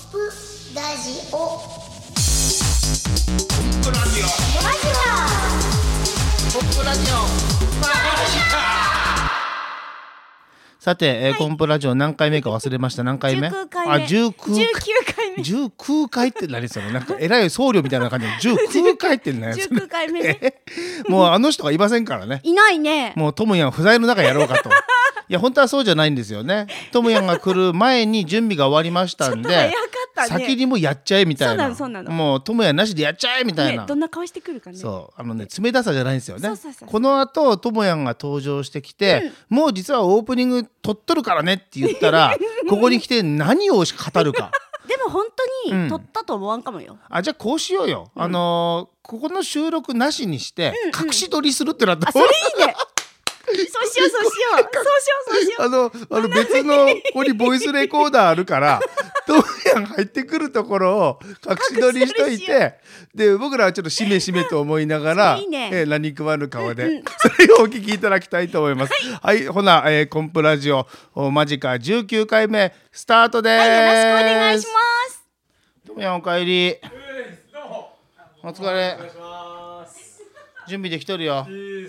プラジオポップラジオさて、コンプラジオ何回目か忘れました。何回目 19回目。あ、 19 回目。 19回って何それ、なんかえらい僧侶みたいな感じで19回って何それ 19回目ねもうあの人がいませんからね。 いないね。 もうトムヤン不在の中やろうかといや本当はそうじゃないんですよね。トムヤンが来る前に準備が終わりましたんで早かったね。 先にもうやっちゃえみたいな。 そうなの。 もうトムヤンなしでやっちゃえみたいな、 ね、どんな顔してくるかね。 そう冷たさじゃないんですよね。 そうこの後トモヤンが登場してきて、もう実はオープニング撮っとるからねって言ったらここに来て何を語るかでも本当に撮ったと思わんかもよ、 じゃあこうしようよ、ここの収録なしにして、隠し撮りするってなったら、 それいいねそうしよう別のここにボイスレコーダーあるからトムヤン入ってくるところを隠し撮りしといて、で僕らはちょっとしめしめと思いながらいいね、 何食わぬ顔で、それをお聞きいただきたいと思います。はい、ほな、コンプラジオマジカ19回目スタートです。 はい、よろしくお願いします。 トムヤンおかえり。 どうもお疲れ。 お願いします。 準備できとるよ。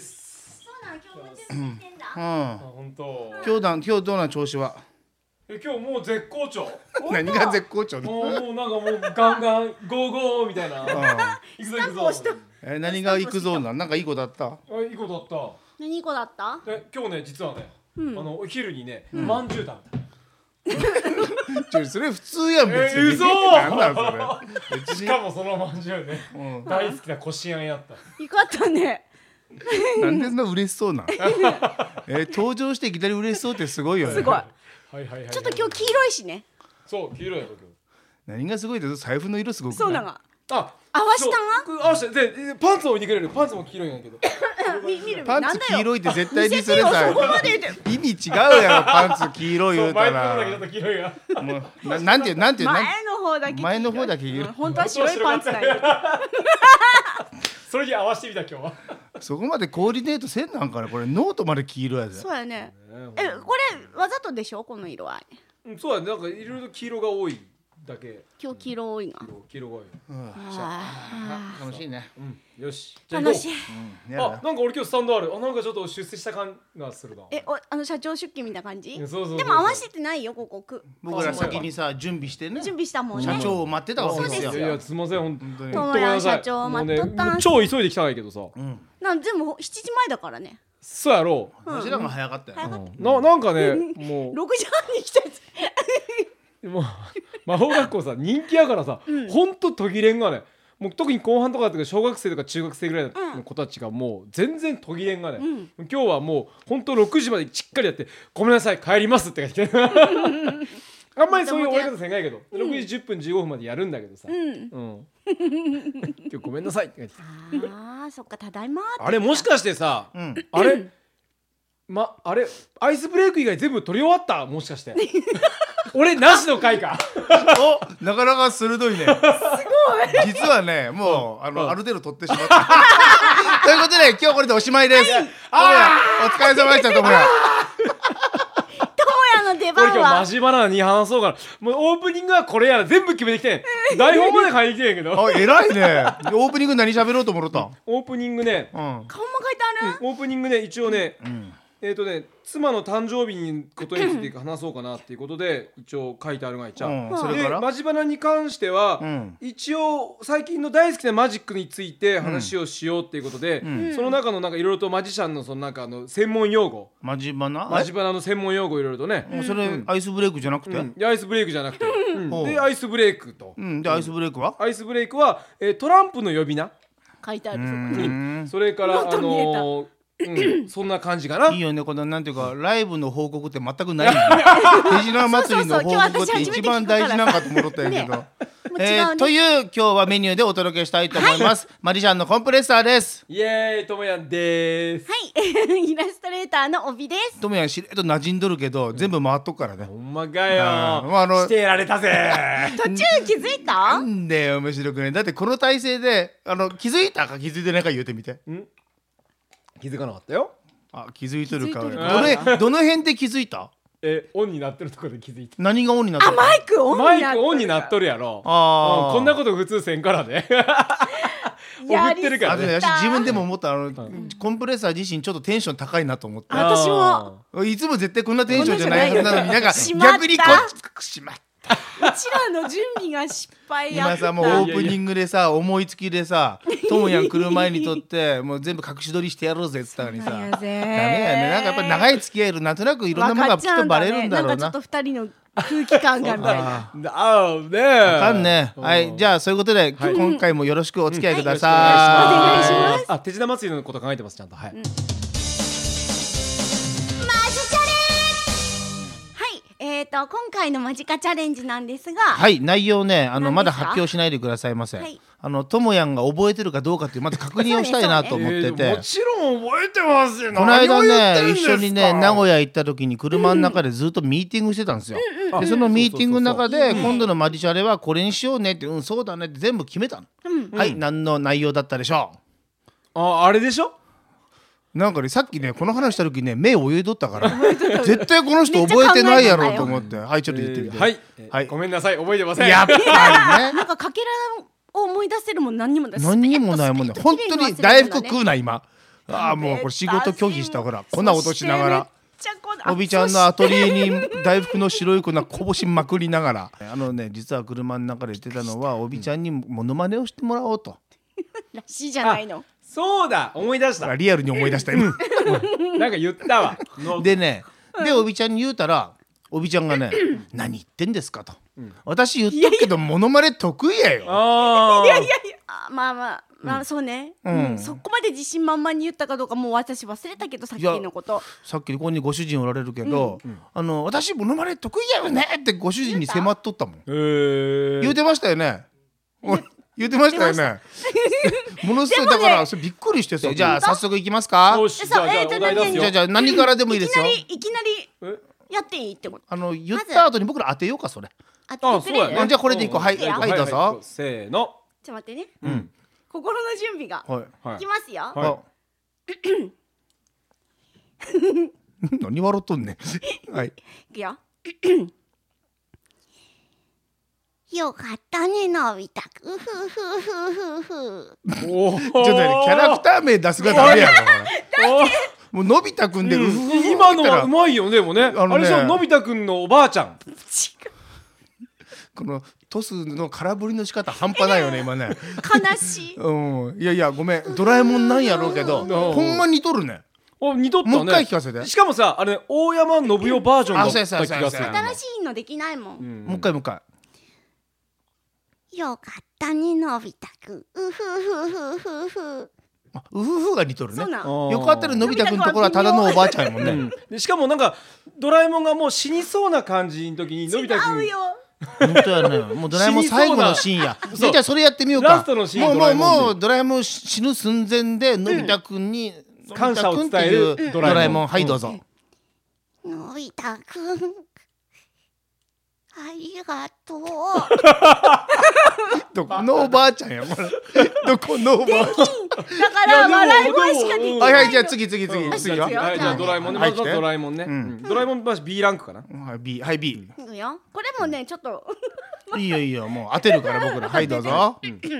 本当。 今日どうな調子は。 今日もう絶好調。 何が絶好調。 もうなんかもうガンガンゴーゴーみたいな。行くぞ行くぞ。 何が行くぞなんかいい子だった。 いい子だった。 何いい子だった？ 今日ね実はね、お昼にねまんじゅう食べた。 それ普通やん別に。 嘘。 なんなんそれ。 しかもそのまんじゅうね、大好きなこしあんやった。 よかったね。 なんでそんな嬉しそうなん。登場していきなり嬉しそうってすごいよね。 すごい。 ちょちょっと今日黄色いしね。 そう黄色いよ今日。何がすごいって財布の色すごくない。 そうなの。 合わしたん？合わしたでパンツを置いてくれる。パンツも黄色いんやけど。 見る。 パンツ黄色いって絶対にそれさ意味違うやろ。パンツ黄色い言うたら。もうなんて前の方だけ。 前の方だけ黄色い。 本当は白いパンツなんや。 それに合わせてみた今日は。 そこまでコーディネートせんなんかね。これノートまで黄色やで。 そうやね。これわざとでしょこの色は。 そうやね。なんかいろいろ黄色が多いだけ。 今日黄色多いが。 黄色が多い。 楽しいね。 よし。 楽しい。 なんか俺今日スタンドある。なんかちょっと出世した感がするな。 社長出勤みたいな感じ？ そうでも合わせてないよここ。 僕ら先にさ準備してね。 準備したもんね。 社長を待ってたわけですよ。 いやすみません本当に。 トモヤン社長を待っとったん。 超急いできたんやけどさ。 なん全部7時前だからね。 そうやろう。 こちらが早かったよ。 なんかねもう 6時半に来たやつ。 もう魔法学校さ人気やからさ、ほんと途切れんがね。もう特に後半とかだったけど小学生とか中学生ぐらいの子たちがもう全然途切れんがね、今日はもうほんと6時までしっかりやってごめんなさい帰りますって書いてあんまりそういう終わり方せんがいけど、6時10分15分までやるんだけどさ、今日ごめんなさいって書いてそっかただいま。 あれもしかしてさ、あれアイスブレイク以外全部取り終わった？もしかして俺なしの回かなかなか鋭いね。すごい。実はねもうある程度取ってしまったということで今日これでおしまいです。お疲れ様でしたトモヤ。 トモヤの出番は俺今日マジバナナに話そうかな。もうオープニングはこれやら全部決めてきて台本まで書いてきてんやけど偉いね。オープニング何喋ろうと思ったん？ オープニングね顔も書いてある。 オープニングね一応ね妻の誕生日のことについて話そうかなっていうことで一応書いてあるがいちゃう。 それからマジバナに関しては、一応最近の大好きなマジックについて話をしようっていうことで、その中のなんかいろいろとマジシャンのそのなんか専門用語マジバナの専門用語いろいろとね、 それアイスブレイクじゃなくて、 アイスブレイクじゃなくて、でアイスブレイクと、 でアイスブレイクはトランプの呼び名書いてある。そこにそれからそんな感じかな。 いいよね。このなんていうかライブの報告って全くないよね。手品祭りの報告って一番大事なんかと思ったんやけど。という今日はメニューでお届けしたいと思います。マジシャンのコンプレッサーです。 イエーイともやんです。 はいイラストレーターの帯です。 ともやんしれっと馴染んどるけど全部回っとくからね。 ほんまかよ。してやられたぜ。 途中気づいた？ なんでよ面白くね。だってこの体勢で気づいたか気づいてないか言うてみて。 気づかなかったよ。 気づいとるか。どの辺で気づいた？ オンになってるところで気づいた。 何がオンになってるの？ マイクオンマイになってるクオンになっとるやろ。 あーこんなこと普通せんからね。送ってるからね。 私自分でも思ったコンプレッサー自身ちょっとテンション高いなと思って。 私もいつも絶対こんなテンションじゃないはずなのになんかしまった逆にこっちしまった。 うちらの準備が失敗やった。 今さもうオープニングでさ思いつきでさともやん来る前にとってもう全部隠し撮りしてやろうぜって言ったのにさダメやね。なんかやっぱ長い付き合いるなんとなくいろんなものがきっとバレるんだろうな。 なんかちょっと二人の空気感がみたいな。 ねわかんね。はいじゃあそういうことで今回もよろしくお付き合いください。 お願いします。 あ、手品祭りのこと考えてますちゃんと。はい。 マジチャレ今回のマジカチャレンジなんですが、 はい内容ね何ですかまだ発表しないでくださいませ。 はいともやんが覚えてるかどうかっていうまず確認をしたいなと思ってて。 もちろん覚えてますよ。 この間ね一緒にね名古屋。 屋行った時に車の中でずっとミーティングしてたんですよ。でそのミーティングの中で今度のマジチャレはこれにしようねってそうだねって全部決めたの。はい何の内容だったでしょあれでしょ。 う。なんかねさっきねこの話した時ね目泳いどったから絶対この人覚えてないやろうと思ってはいちょっと言ってみて。 はい、ごめんなさい覚えてません。 やっぱりねなんかかけらを思い出せるもん何にもない。 何にもないもんね。本当に大福食うな今。ああもうこれ仕事拒否したほら粉落としながら。おびちゃんのアトリエに大福の白い粉こぼしまくりながら実は車の中で言ってたのはおびちゃんにモノマネをしてもらおうと。 らしいじゃないの。 そうだ思い出した。 リアルに思い出した今。 なんか言ったわ。 でねでおびちゃんに言うたらおびちゃんがね何言ってんですかと。私言っとくけどモノマネ得意やよ。 ああまあそうね。 うんそこまで自信満々に言ったかどうかもう私忘れたけどさっきのこと。 さっきここにご主人おられるけど私モノマネ得意やよねってご主人に迫っとったもん。言うてましたよね。言うてましたよね。ものすごいだからそれびっくりしてさ。じゃあ早速いきますか。 よしじゃあお題出すよ。 じゃあ何からでもいいですよ。 いきなりやっていいってこと。 言った後に僕ら当てようかそれ。 当ててくれる？ じゃあこれでいこう。はいはいどうぞ。 せーの。 ちょっと待ってね。 うん心の準備が。 はいいきますよ。 は何笑っとんねん。はい。 いくよ。 よかったねのび太くんふふふふふおお。 ちょっとねキャラクター名出すがダメやろ。もうのび太くんで今のはうまいよねでもね。あれじゃのび太くんのおばあちゃん。 このトスの空振りの仕方半端ないよね今ね。 悲しい。 いやいやごめんドラえもんなんやろうけどほんま似とるね。 似とったね。 もう一回聞かせて。 しかもさあれ大山信代バージョンだった気がする。 新しいのできないもん。 もう一回もう一回。 よかったねのび太くんうふふふふふうふふが似とるね。 そうなん。 よかったらのび太くんところはただのおばあちゃんやもんね。 でしかもなんかドラえもんがもう死にそうな感じの時にのび太くん違うよ。 本当やね。もうドラえもん最後のシーンや。じゃあそれやってみようか。 ラストのシーンもうドラえもん死ぬ寸前でのび太くんに感謝を伝えるドラえもんはいどうぞ。 のび太くんありがとうどこのおばあちゃんやこれ。どこのおばあちゃん。 だから笑い声しかできない。 はいじゃあ次よ。 はいじゃあドラえもんね。まずはドラえもんね。ドラえもんまず B ランクかな。 はい B はい B。 いくよ。これもねちょっといいよもう当てるから僕らはいどうぞ。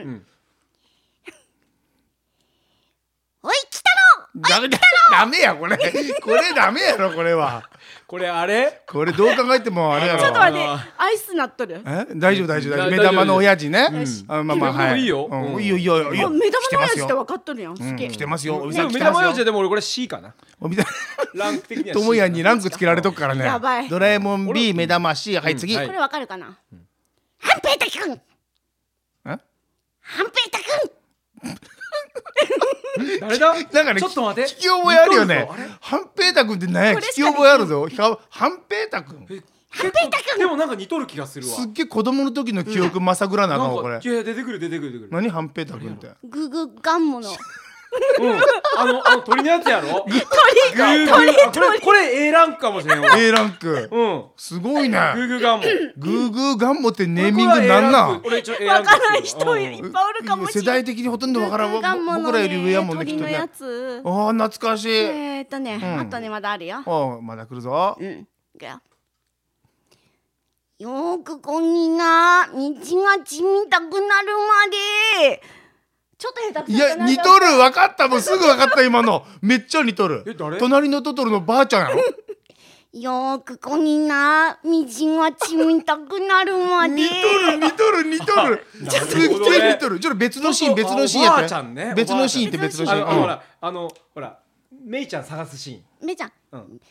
おい来たダメやこれダメやろこれは。 これあれこれどう考えてもあれやろ。 ちょっと待ってアイスなっとる。 大丈夫目玉の親父ね。まあはいいいよいいよ。 目玉の親父って分かっとるやん。すげえ。 来てますよ。 目玉親父でも俺これ C かな。 おみたいランク的には C ともやんにランクつけられとくからね。 やばいドラえもん B 目玉 C はい次。 これ分かるかな。 ハンペータくんえハンペータくん誰だ。 なんかねちょっと待って聞き覚えあるよね似とるぞあれ。 ハンペータ君って何や聞きこれしかできん覚えあるぞ。ハンペータ君でもなんか似とる気がするわ。 すっげえ子供の時の記憶まさぐらなのこれ。 いや出てくる。 何ハンペータ君って。 ググガンモの。 鳥のやつやろ。 鳥これ A ランクかもしれんわ。 A ランクすごいね。 グーグーガンモ。 グーグーガンモってネーミングなんなん。 俺一応 A ランク。 分からない人いっぱいおるかもしれない。 世代的にほとんどわからん。 ガンモの僕らより上やもんねきっとね。 鳥のやあつ。 あ懐かしい。 あとねまだあるよ。 まだ来るぞ。 いくよ。 よーくこにな道がちみたくなるまで。 ちょっと下手くいやそだな似とる、分かった、もうすぐ分かった今の。めっちゃ似とる。 誰？ 隣のトトロのばあちゃんやろ。 よーくこにな道がちみたくなるまで。 似とる。すっげえ似とる。ちょっと別のシーンやおばあってちゃんね。 別のシーンって別のシーン。 ほらメイちゃん探すシーン。 めいちゃん、 うん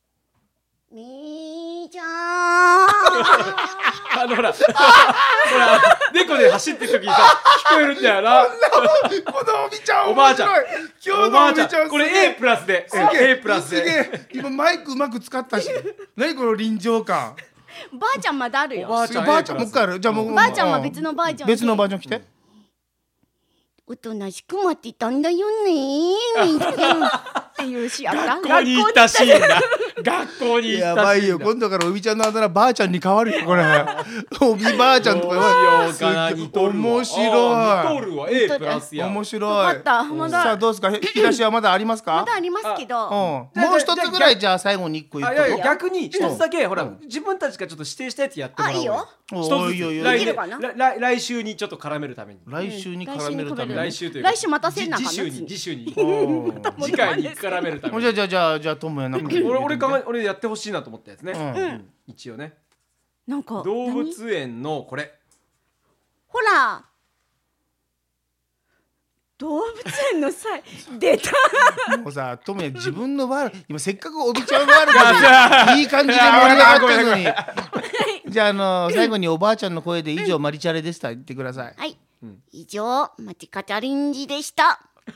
めいちゃん。 ほら猫で走ってる時にさ聞こえるんだよな。 このおびちゃんおばあちゃん面白い。今日おばあのおびちゃんちゃんこれ A プラスで A プラスすげで。 え。今マイクうまく使ったし。何この臨場感。 ばあちゃんまだあるよ。 おばあちゃんばあちゃんもう一回ある。じゃあもうばあちゃんは別のばあちゃんで別のバージョン来て。 おとなしく待ってたんだよね。みーちゃん。 っていうシーンあった。 学校に行ったシーンだ。学校に行やったばいよ、 シーンだ。 今度からおびちゃんのあだ名ばあちゃんに変わるよこれ。おびばあちゃんとかどうしようかな、似とるわ。 面白い。 あ似とるわ A プラスや。 面白い。 よかった。まさあだどうですか、引き出しはまだありますか。 まだありますけど。 もじゃあう一つぐらいじゃあ最後に一個言っいとこう。 やいや逆に一つだけほら自分たちがちょっと指定したやつやってもらおう。 あ、いいよ。 一つおいおいおい来できるかな来週にちょっと絡めるために。 来週に絡めるために。 来週というか来週待たせんなあかんな次週におー次回に絡めるために。 じゃあともやなんか俺やってほしいなと思ったやつね。 うん一応ね。 なんか動物園のこれ。 ほら動物園の際出た。 もうさ、ともや自分のワール今せっかくおびちゃんワールドでいい感じで盛り上がってるのに。じゃあ最後におばあちゃんの声で以上マリチャレでした言ってください。 はい、以上マティカチャレンジでした。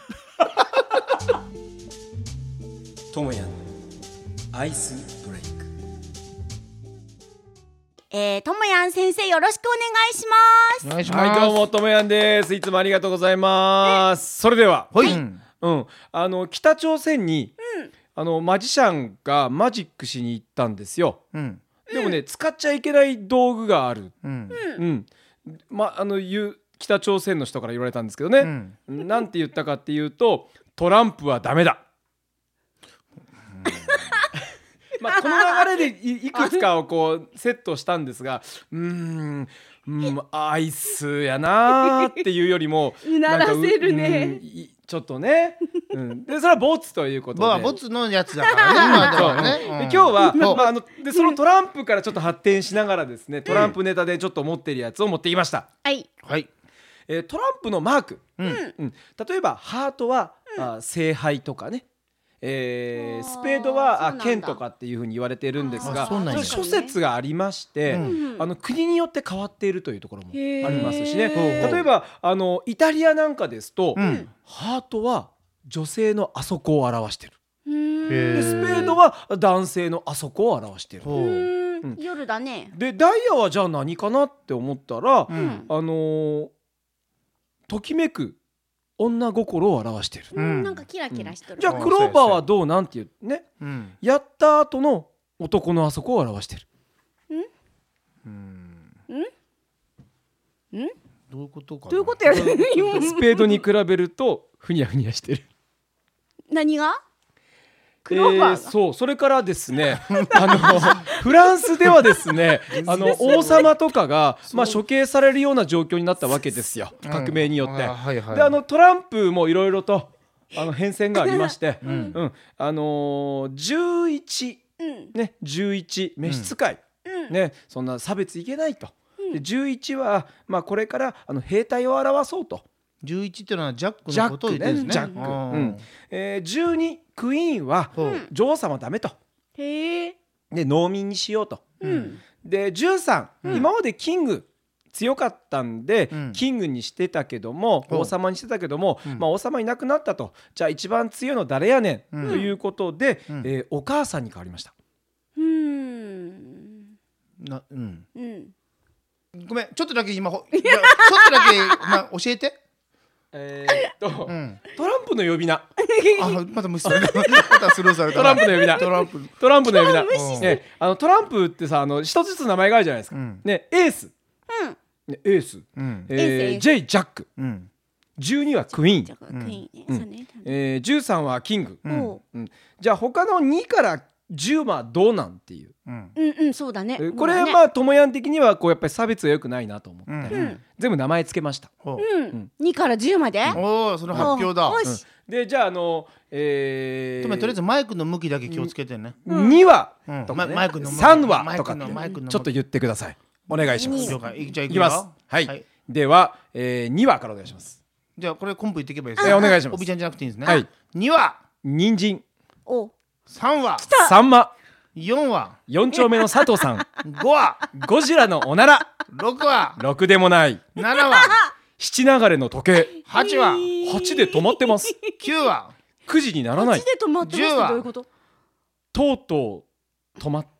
ともやのアイスブレイク。 ともやん先生よろしくお願いします。 お願いします。 はいどうもともやんです。いつもありがとうございます。それでは。 はい。 北朝鮮に、マジシャンがマジックしに行ったんですよ。 うんでもね、使っちゃいけない道具がある。 うん北朝鮮の人から言われたんですけどね、なんて言ったかっていうとトランプはダメだ。この流れでいくつかをこうセットしたんですがアイスやなーっていうよりもうならせるねちょっとね、でそれはボツということで、 ボツのやつだからね今ではね。 で今日は、でそのトランプからちょっと発展しながらですね、トランプネタでちょっと持ってるやつを持ってきました。 はい。 はい。 トランプのマーク、例えばハートは、聖杯とかね、スペードは剣とかっていうふうに言われているんですが、 そうなんや諸説がありまして、国によって変わっているというところもありますしね。例えばイタリアなんかですと、ハートは女性のあそこを表している。でスペードは男性のあそこを表している。 夜だね。 でダイヤはじゃあ何かなって思ったら、ときめく女心を表している。 なんかキラキラしてる。 じゃあクローバーはどうなんていうね、やった後の男のあそこを表している。 どういうことかな。 どういうことやる？ スペードに比べるとふにゃふにゃしてる。 何が？クローバーがそう、それからですねフランスではですね王様とかが、処刑されるような状況になったわけですよ、革命によって。でトランプもいろいろと変遷がありまして11、11召使い、そんな差別いけないと。で11は、これから兵隊を表そうと。 11っていうのはジャックのことを言ってるんですね。 ジャック。12クイーンは女王様ダメと。で農民にしようと。で13、今までキング強かったんで、キングにしてたけども王様にしてたけども、王様いなくなったと。じゃあ一番強いの誰やねん、ということで、お母さんに変わりました。 ごめんちょっとだけ今ちょっとだけ教えて。 トランプの呼び名。 また無視された。またスルーされた。 トランプの呼び名。トランプの呼び名。トランプってさ一つずつ名前があるじゃないですか。ねエース。エース。J ジャック。12はクイーン。13はキング。じゃあ他の2から 10はどうなんっていう、 そうだね。 これまあともやん的にはこうやっぱり差別は良くないなと思って、全部名前つけました。 2から10まで。 おお、その発表だ。 でじゃあとりあえずマイクの向きだけ気をつけてね。 2話とかマイクの 3話とかちょっと言ってください。お願いします。 じゃあいきます。はい。では2話からお願いします。 じゃあこれコンプ言っていけばいいですか。 お願いします。 おびちゃんじゃなくていいんですね。 はい。 2話人参。 お。 3話サンマ。 4話 4丁目の佐藤さん。 5話ゴジラのおなら。 6話 6でもない。 7話七流れの時計。 8話 8で止まってます。 9話 9時にならない。 8で止まってますってどういうこと？ とうとう止まった。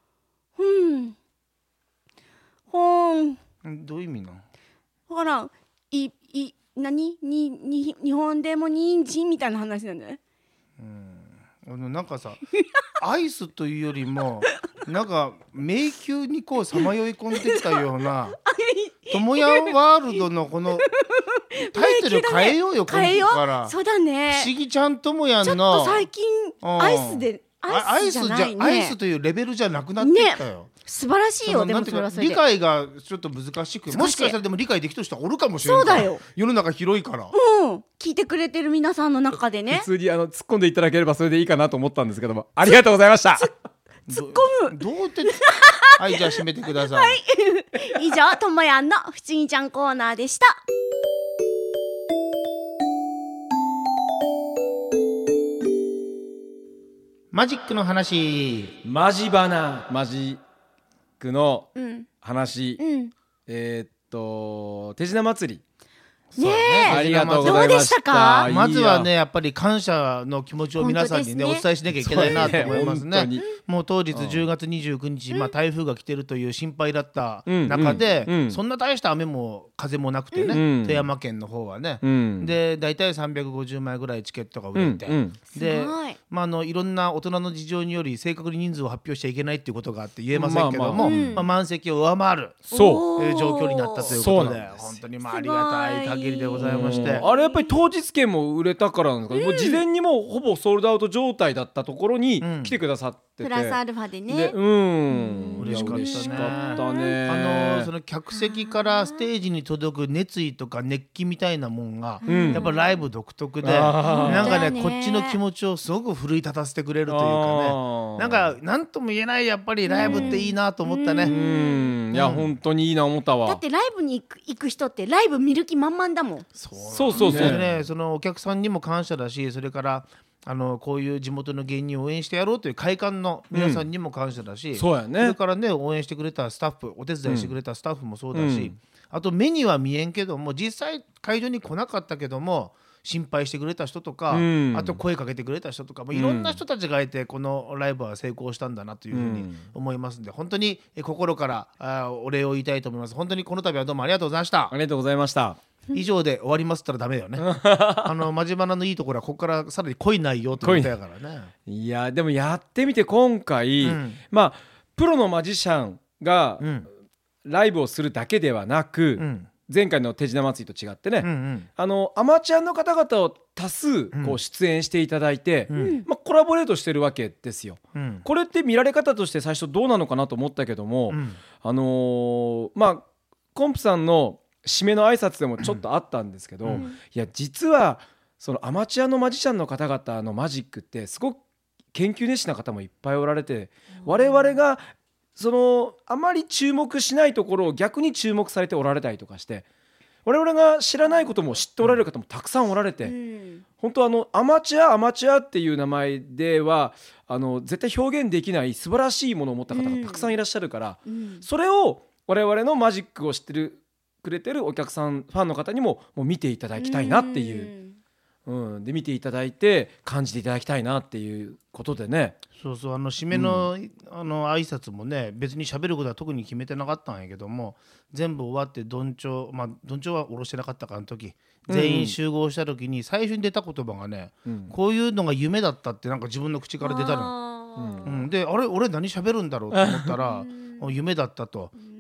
どういう意味なの？ わからん。何日本でも人参みたいな話なんだね。 なんかさアイスというよりもなんか迷宮にこうさまよい込んできたようなともやんワールドのこのタイトル変えようよ。今度からそうだね。 不思議ちゃんともやんのちょっと最近アイスでアイスじゃないね。 アイスというレベルじゃなくなってきたよ。 素晴らしいよ。でもそれはそれで理解がちょっと難しく、もしかしたらでも理解できた人はおるかもしれない。 そうだよ。 世の中広いから。 聞いてくれてる皆さんの中でね。 普通に突っ込んでいただければそれでいいかなと思ったんですけども、ありがとうございました。 突っ込む。 どうってはいじゃあ締めてください。 以上ともやんの不思議ちゃんコーナーでした。 マジックの話。 マジックの話、手品祭り。 ねありがとうございました。 どうでしたか？ まずはねやっぱり感謝の気持ちを皆さんにねお伝えしなきゃいけないなと思いますね。もう当日10月29日、台風が来てるという心配だった中で、そんな大した雨も風もなくてね、富山県の方はね、で大体350枚ぐらいチケットが売れて、でいろんな大人の事情により正確に人数を発表しちゃいけないっていうことがあって言えませんけども、満席を上回る状況になったということで、本当にありがたい限りでございまして、 あれやっぱり当日券も売れたからなんですか？もう事前にもうほぼソールドアウト状態だったところに来てくださってて、 プラスアルファでね。 嬉しかったね。その客席からステージに届く熱意とか熱気みたいなもんが、やっぱライブ独特で、なんかねこっちの気持ちをすごく奮い立たせてくれるというかね、なんか何とも言えないやっぱりライブっていいなと思ったね。 いや本当にいいな思ったわ。 だってライブに行く人ってライブ見る気満々だもん。 そうね。そのお客さんにも感謝だし、それからこういう地元の芸人を応援してやろうという会館の皆さんにも感謝だし、 そうやね。 それからね応援してくれたスタッフ、お手伝いしてくれたスタッフもそうだし、あと目には見えんけども実際会場に来なかったけども心配してくれた人とか、あと声かけてくれた人とか、いろんな人たちがいてこのライブは成功したんだなというふうに思いますので、本当に心からお礼を言いたいと思います。本当にこの度はどうもありがとうございました。 ありがとうございました。 以上で終わりますったらダメだよね。マジバナのいいところはここからさらに濃い内容ということやからね。 いやでもやってみて今回、プロのマジシャンがライブをするだけではなく、前回の手品祭りと違ってね、アマチュアの方々を多数こう出演していただいて、コラボレートしてるわけですよ。これって見られ方として最初どうなのかなと思ったけども、コンプさんの締めの挨拶でもちょっとあったんですけど、いや実はそのアマチュアのマジシャンの方々のマジックってすごく研究熱心な方もいっぱいおられて、我々がそのあまり注目しないところを逆に注目されておられたりとかして、我々が知らないことも知っておられる方もたくさんおられて、本当アマチュアっていう名前では絶対表現できない素晴らしいものを持った方がたくさんいらっしゃるから、それを我々のマジックを知ってくれてるお客さんファンの方にもう見ていただきたいなっていう、で見ていただいて感じていただきたいなっていうことでね。 そう締めの、挨拶もね別に喋ることは特に決めてなかったんやけども、全部終わってどんちょうは下ろしてなかったかあの時全員集合した時に最初に出た言葉がね、こういうのが夢だったってなんか自分の口から出たの。であれ俺何喋るんだろうと思ったら夢だったと。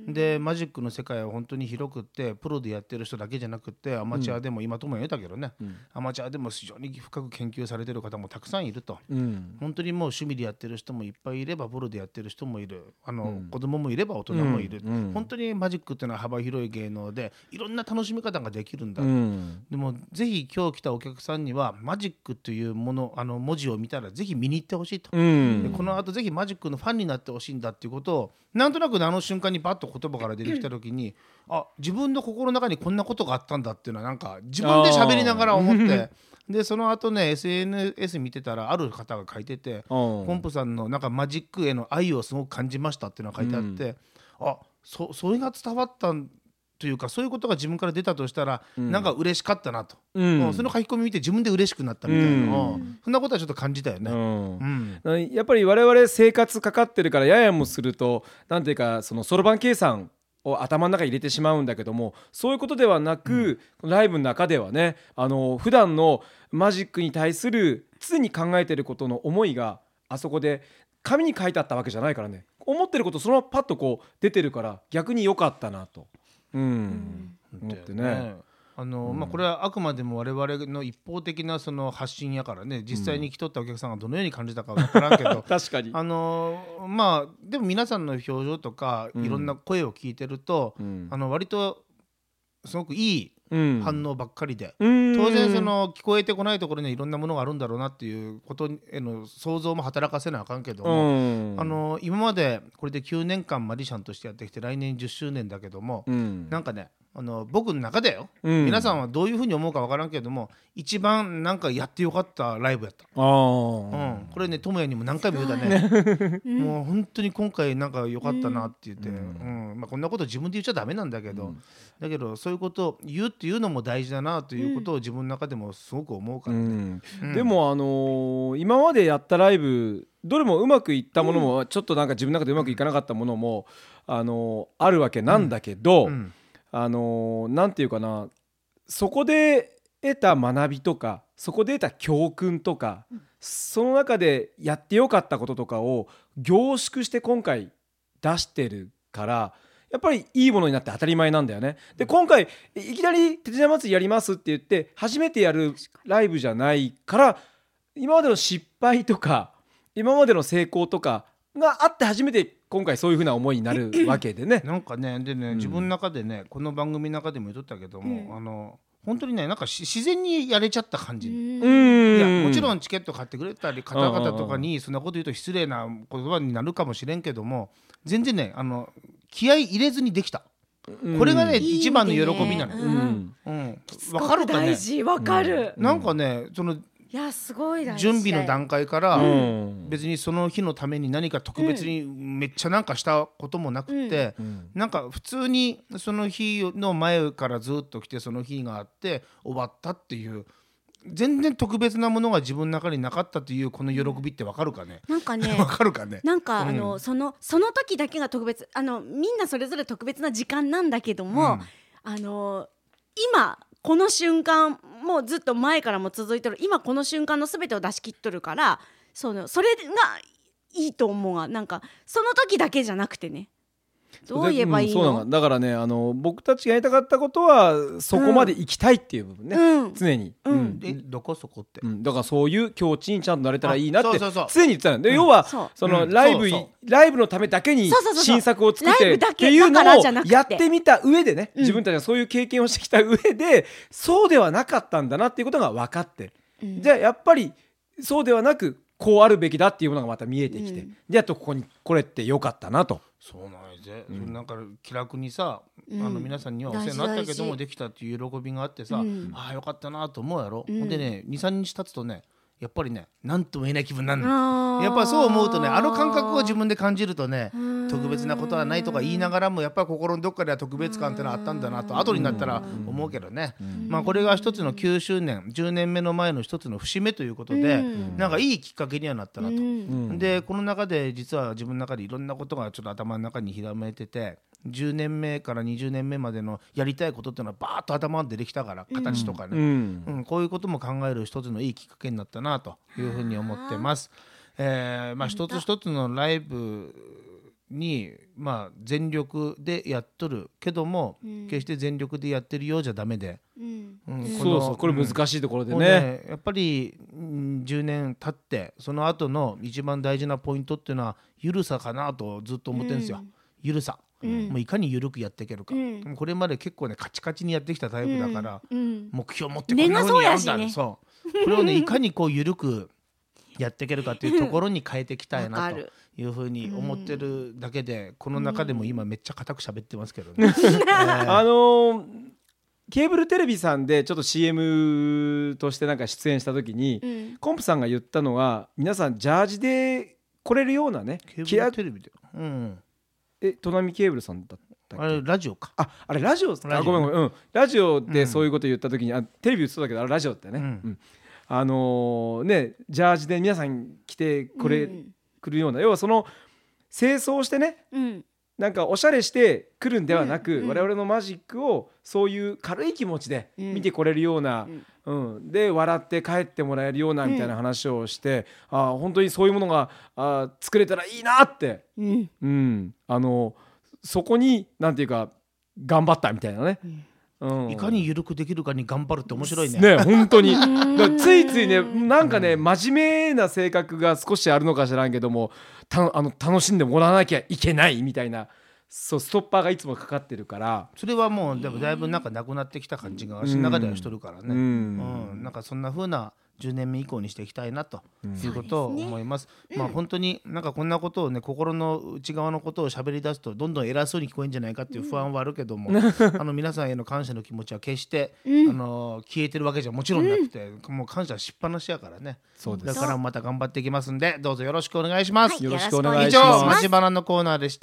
でマジックの世界は本当に広くってプロでやってる人だけじゃなくってアマチュアでも、今とも言えたけどね、アマチュアでも非常に深く研究されてる方もたくさんいると、本当にもう趣味でやってる人もいっぱいいればプロでやってる人もいる、子供もいれば大人もいる、本当にマジックっていうのは幅広い芸能でいろんな楽しみ方ができるんだと、でもぜひ今日来たお客さんにはマジックというもの文字を見たらぜひ見に行ってほしいと、でこの後ぜひマジックのファンになってほしいんだっていうことをなんとなくあの瞬間にバッと言葉から出てきた時に、自分の心の中にこんなことがあったんだっていうのはなんか自分で喋りながら思ってでその後ね SNS 見てたらある方が書いてて、ポンプさんのなんかマジックへの愛をすごく感じましたっていうのが書いてあって、それが伝わったというかそういうことが自分から出たとしたら、なんか嬉しかったなと、その書き込み見て自分で嬉しくなったみたいな、そんなことはちょっと感じたよね、 やっぱり我々生活かかってるからややもするとなんていうかそのそろばん計算を頭の中に入れてしまうんだけども、そういうことではなく、ライブの中ではね普段のマジックに対する常に考えてることの思いがあそこで紙に書いてあったわけじゃないからね、思ってることそのままパッとこう出てるから逆に良かったなと思ってね。 これはあくまでも我々の一方的なその発信やからね、実際に来とったお客さんがどのように感じたか分からんけど確かにでも皆さんの表情とかいろんな声を聞いてると、割とすごくいい反応ばっかりで、当然その聞こえてこないところにいろんなものがあるんだろうなっていうことへの想像も働かせなあかんけども、今までこれで9年間マジシャンとしてやってきて来年10周年だけども、なんかね僕の中でよ、皆さんはどういうふうに思うか分からんけども一番なんかやってよかったライブやった。これね智也にも何回も言うたねもう本当に今回なんかよかったなって言って、こんなこと自分で言っちゃダメなんだけど、だけどそういうことを言うっていうのも大事だなということを自分の中でもすごく思うからね、 でも今までやったライブどれもうまくいったものも、ちょっとなんか自分の中でうまくいかなかったものもあるわけなんだけど、なんていうかな、そこで得た学びとかそこで得た教訓とか、その中でやってよかったこととかを凝縮して今回出してるからやっぱりいいものになって当たり前なんだよね。で今回いきなり手品祭りやりますって言って初めてやるライブじゃないから、今までの失敗とか今までの成功とかがあって初めて今回そういう風な思いになるわけでねなんかねでね、自分の中でねこの番組の中でも言っとったけども、本当にねなんか自然にやれちゃった感じ。いやもちろんチケット買ってくれたり方々とかにそんなこと言うと失礼な言葉になるかもしれんけども、全然ね気合い入れずにできた。これがね一番の喜びなの。わかるかね。 大事わかる。 なんかねそのいやすごい大事。 準備の段階から別にその日のために何か特別にめっちゃなんかしたこともなくて、なんか普通にその日の前からずっと来てその日があって終わったっていう全然特別なものが自分の中になかったというこの喜びってわかるかね。 なんかねわかるかね。 なんかその時だけが特別、みんなそれぞれ特別な時間なんだけども、今この瞬間もうずっと前からも続いてる今この瞬間の全てを出し切っとるから、それがいいと思うが、なんかその時だけじゃなくてね、どう言えばいいの？ そうなんだからね僕たちがやりたかったことはそこまで行きたいっていう部分ね、常に、 どこそこって、 だからそういう境地にちゃんとなれたらいいなってそう常に言ってたので、要はそのライブのためだけに新作を作ってっていうのをやってみた上でね、自分たちがそういう経験をしてきた上でそうではなかったんだなっていうことが分かって、じゃあやっぱりそうではなくこうあるべきだっていうものがまた見えてきて、であとここにこれってよかったなと。 そうなんで、なんか気楽にさ、皆さんにはお世話になったけどもできたっていう喜びがあってさ、ああよかったなと思うやろ、でね 2,3 日経つとねやっぱりね何とも言えない気分になるの。やっぱそう思うとね感覚を自分で感じるとね、特別なことはないとか言いながらもやっぱり心のどっかでは特別感ってのはあったんだなと後になったら思うけどね、これが一つの9周年10年目の前の一つの節目ということで、なんかいいきっかけにはなったなと、でこの中で実は自分の中でいろんなことがちょっと頭の中にひらめいてて、10年目から20年目までのやりたいことっていうのはバーッと頭に出てきたから、形とかね、こういうことも考える一つのいいきっかけになったなというふうに思ってます。一つ一つのライブにまあ全力でやっとるけども、決して全力でやってるようじゃダメで、 そうそう、これ難しいところでもうね、 やっぱり10年経ってその後の一番大事なポイントっていうのは緩さかなとずっと思ってるんですよ。緩さ、もういかに緩くやっていけるか、これまで結構ねカチカチにやってきたタイプだから、目標を持ってこんな風にやるんだ、そうこれをねいかにこう緩くやっていけるかっていうところに変えていきたいなというふうに思ってるだけで、この中でも今めっちゃ固く喋ってますけどね。 ケーブルテレビさんでちょっと CM としてなんか出演した時に、コンプさんが言ったのは、皆さんジャージで来れるようなね、 ケーブルテレビで、 トナミケーブルさんだったっけ、 あれラジオか、 あれラジオ、ごめんごめん、ラジオでそういうこと言った時に、テレビ映ってたけどあれラジオってね、ね、ジャージで皆さん来て来るような、要はその清掃してね、なんかおしゃれして来るんではなく、我々のマジックをそういう軽い気持ちで見てこれるような、で笑って帰ってもらえるようなみたいな話をして、本当にそういうものが作れたらいいなって、そこになんていうか頑張ったみたいなね、 いかに緩くできるかに頑張るって面白いね。 ね、本当についついね、なんかね、真面目な性格が少しあるのか知らんけども、楽しんでもらわなきゃいけないみたいな、そうストッパーがいつもかかってるから、 それはもうでもだいぶなんかなくなってきた感じが私の中ではしとるからね、なんかそんな風な10年目以降にしていきたいなということを思います。まあ本当になんかこんなことをね、心の内側のことを喋り出すとどんどん偉そうに聞こえんじゃないかっていう不安はあるけども、皆さんへの感謝の気持ちは決して消えてるわけじゃもちろんなくて、もう感謝しっぱなしやからね。 そうです。 だからまた頑張っていきますんで、どうぞよろしくお願いします。 よろしくお願いします。 以上、マジバナのコーナーでした。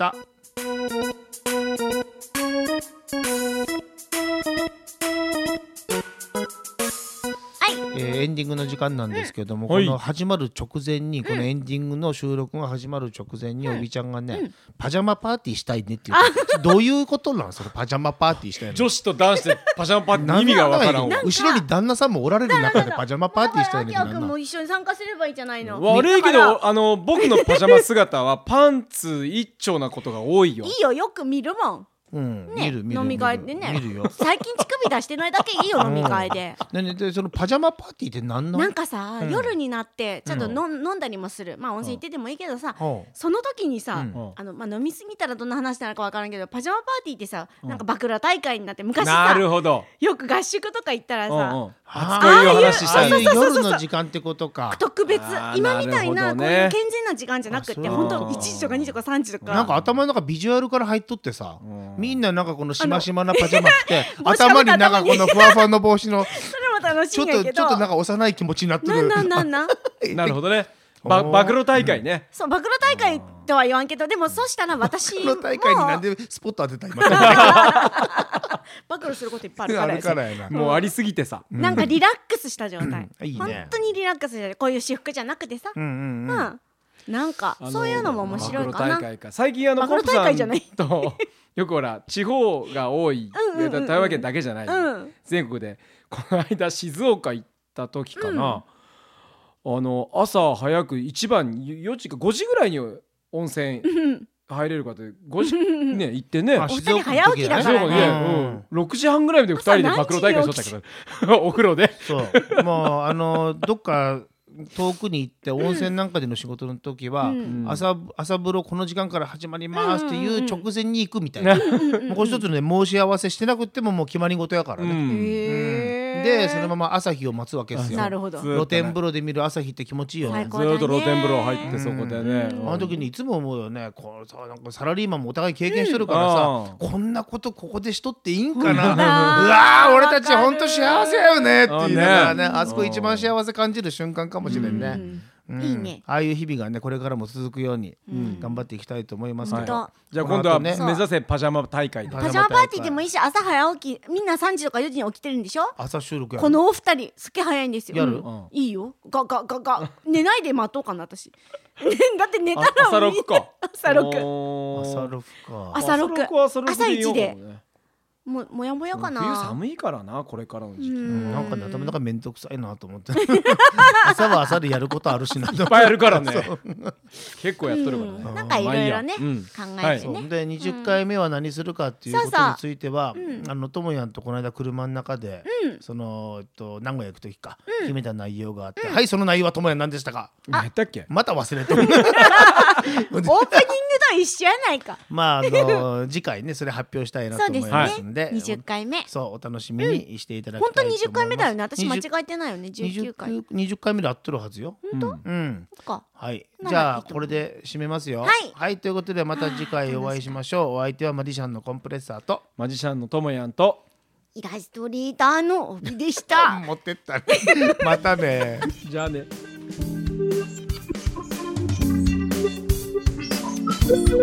エンディングの時間なんですけども、この始まる直前に、このエンディングの収録が始まる直前におびちゃんがね、パジャマパーティーしたいねって言って、どういうことなんそれ、パジャマパーティーしたいの。 女子と男子でパジャマパーティーの意味がわからんわ。 後ろに旦那さんもおられる中でパジャマパーティーしたいねってなんなん。 も一緒に参加すればいいじゃないの。 悪いけど僕のパジャマ姿はパンツ一丁なことが多いよ。 いいよ、よく見るもん。ね、飲み会でね、最近乳首出してないだけいいよ飲み会で。 でそのパジャマパーティーって何なの？ なんかさ、夜になってちょっと飲んだりもする、まあ温泉行っててもいいけどさ、その時にさ、飲みすぎたらどんな話なのか分からんけど、パジャマパーティーってさ、なんか暴露大会になって、昔さ、 なるほど、 よく合宿とか行ったらさ、 そういう話したい。夜の時間ってことか。 特別、今みたいなこういう健全な時間じゃなくて、本当1時とか2時とか3時とか、 なんか頭の中ビジュアルから入っとってさ、みんななんかこのしましまなパジャマ着て、頭になんかこのふわふわの帽子の、 それも楽しいんやけど、 ちょっとなんか幼い気持ちになってる。 なるほどね。暴露大会ね。 そう、暴露大会とは言わんけど、でもそしたら私も暴露大会になんでスポット当てた今。 暴露することいっぱいあるからや。 もうありすぎてさ、 なんかリラックスした状態。 いいね。 本当にリラックスして、こういう私服じゃなくてさ、なんかそういうのも面白いかな。 最近コンプさんとよくほら地方が多い、富山県だけじゃない、全国で。この間静岡行った時かな、朝早く一番4時か5時ぐらいに温泉入れるかって5時ね行ってね、 お二人早起きだからね、 6時半ぐらいまで2人で暴露大会しとったけどお風呂で。 そうもうどっか遠くに行って温泉なんかでの仕事の時は、朝風呂この時間から始まりますっていう直前に行くみたいな、もうこれ一つのね申し合わせしてなくてももう決まり事やからね。でそのまま朝日を待つわけですよ。 なるほど。 露天風呂で見る朝日って気持ちいいよね。 ずっと露天風呂入ってそこでね、 あの時にいつも思うよね、こうさ、なんかサラリーマンもお互い経験してるからさ、こんなことここでしとっていいんかな、うわー俺たちほんと幸せやよねって言いながらね、あそこ一番幸せ感じる瞬間かもしれんね。いいね。ああいう日々がねこれからも続くように頑張っていきたいと思いますけど、 じゃあ今度は目指せパジャマ大会で。 パジャマパーティーでもいいし、朝早起き、みんな3時とか4時に起きてるんでしょ。 朝収録やる。 このお二人すっげえ早いんですよ。 やる？ いいよ。寝ないで待とうかな私。だって寝たら朝6か。 朝6か。朝一で。 もやもやかな。 冬寒いからな、これからの時期。 なんかね、頭の中めんどくさいなと思って朝は朝でやることあるしなといっぱいあるからね結構やっとるからね。 なんかいろいろね、考えてね。 で20回目は何するかっていうことについては、ともやんとこの間車の中でその名古屋行く時か決めた内容があって、はい、その内容はともやん何でしたか。 何やったっけ。 また忘れてるオープニングと一緒やないか。 まあ次回ねそれ発表したいなと思いますんで、 20回目そうお楽しみにしていただきたいと思います。 本当20回目だよね。私間違えてないよね。19回 20回目で合ってるはずよ。 本当？ はい、じゃあこれで締めますよ。はい、ということでまた次回お会いしましょう。お相手はマジシャンのコンプレッサーとマジシャンのともやんとイラストレーターの帯でした持ってったねまたねじゃあね。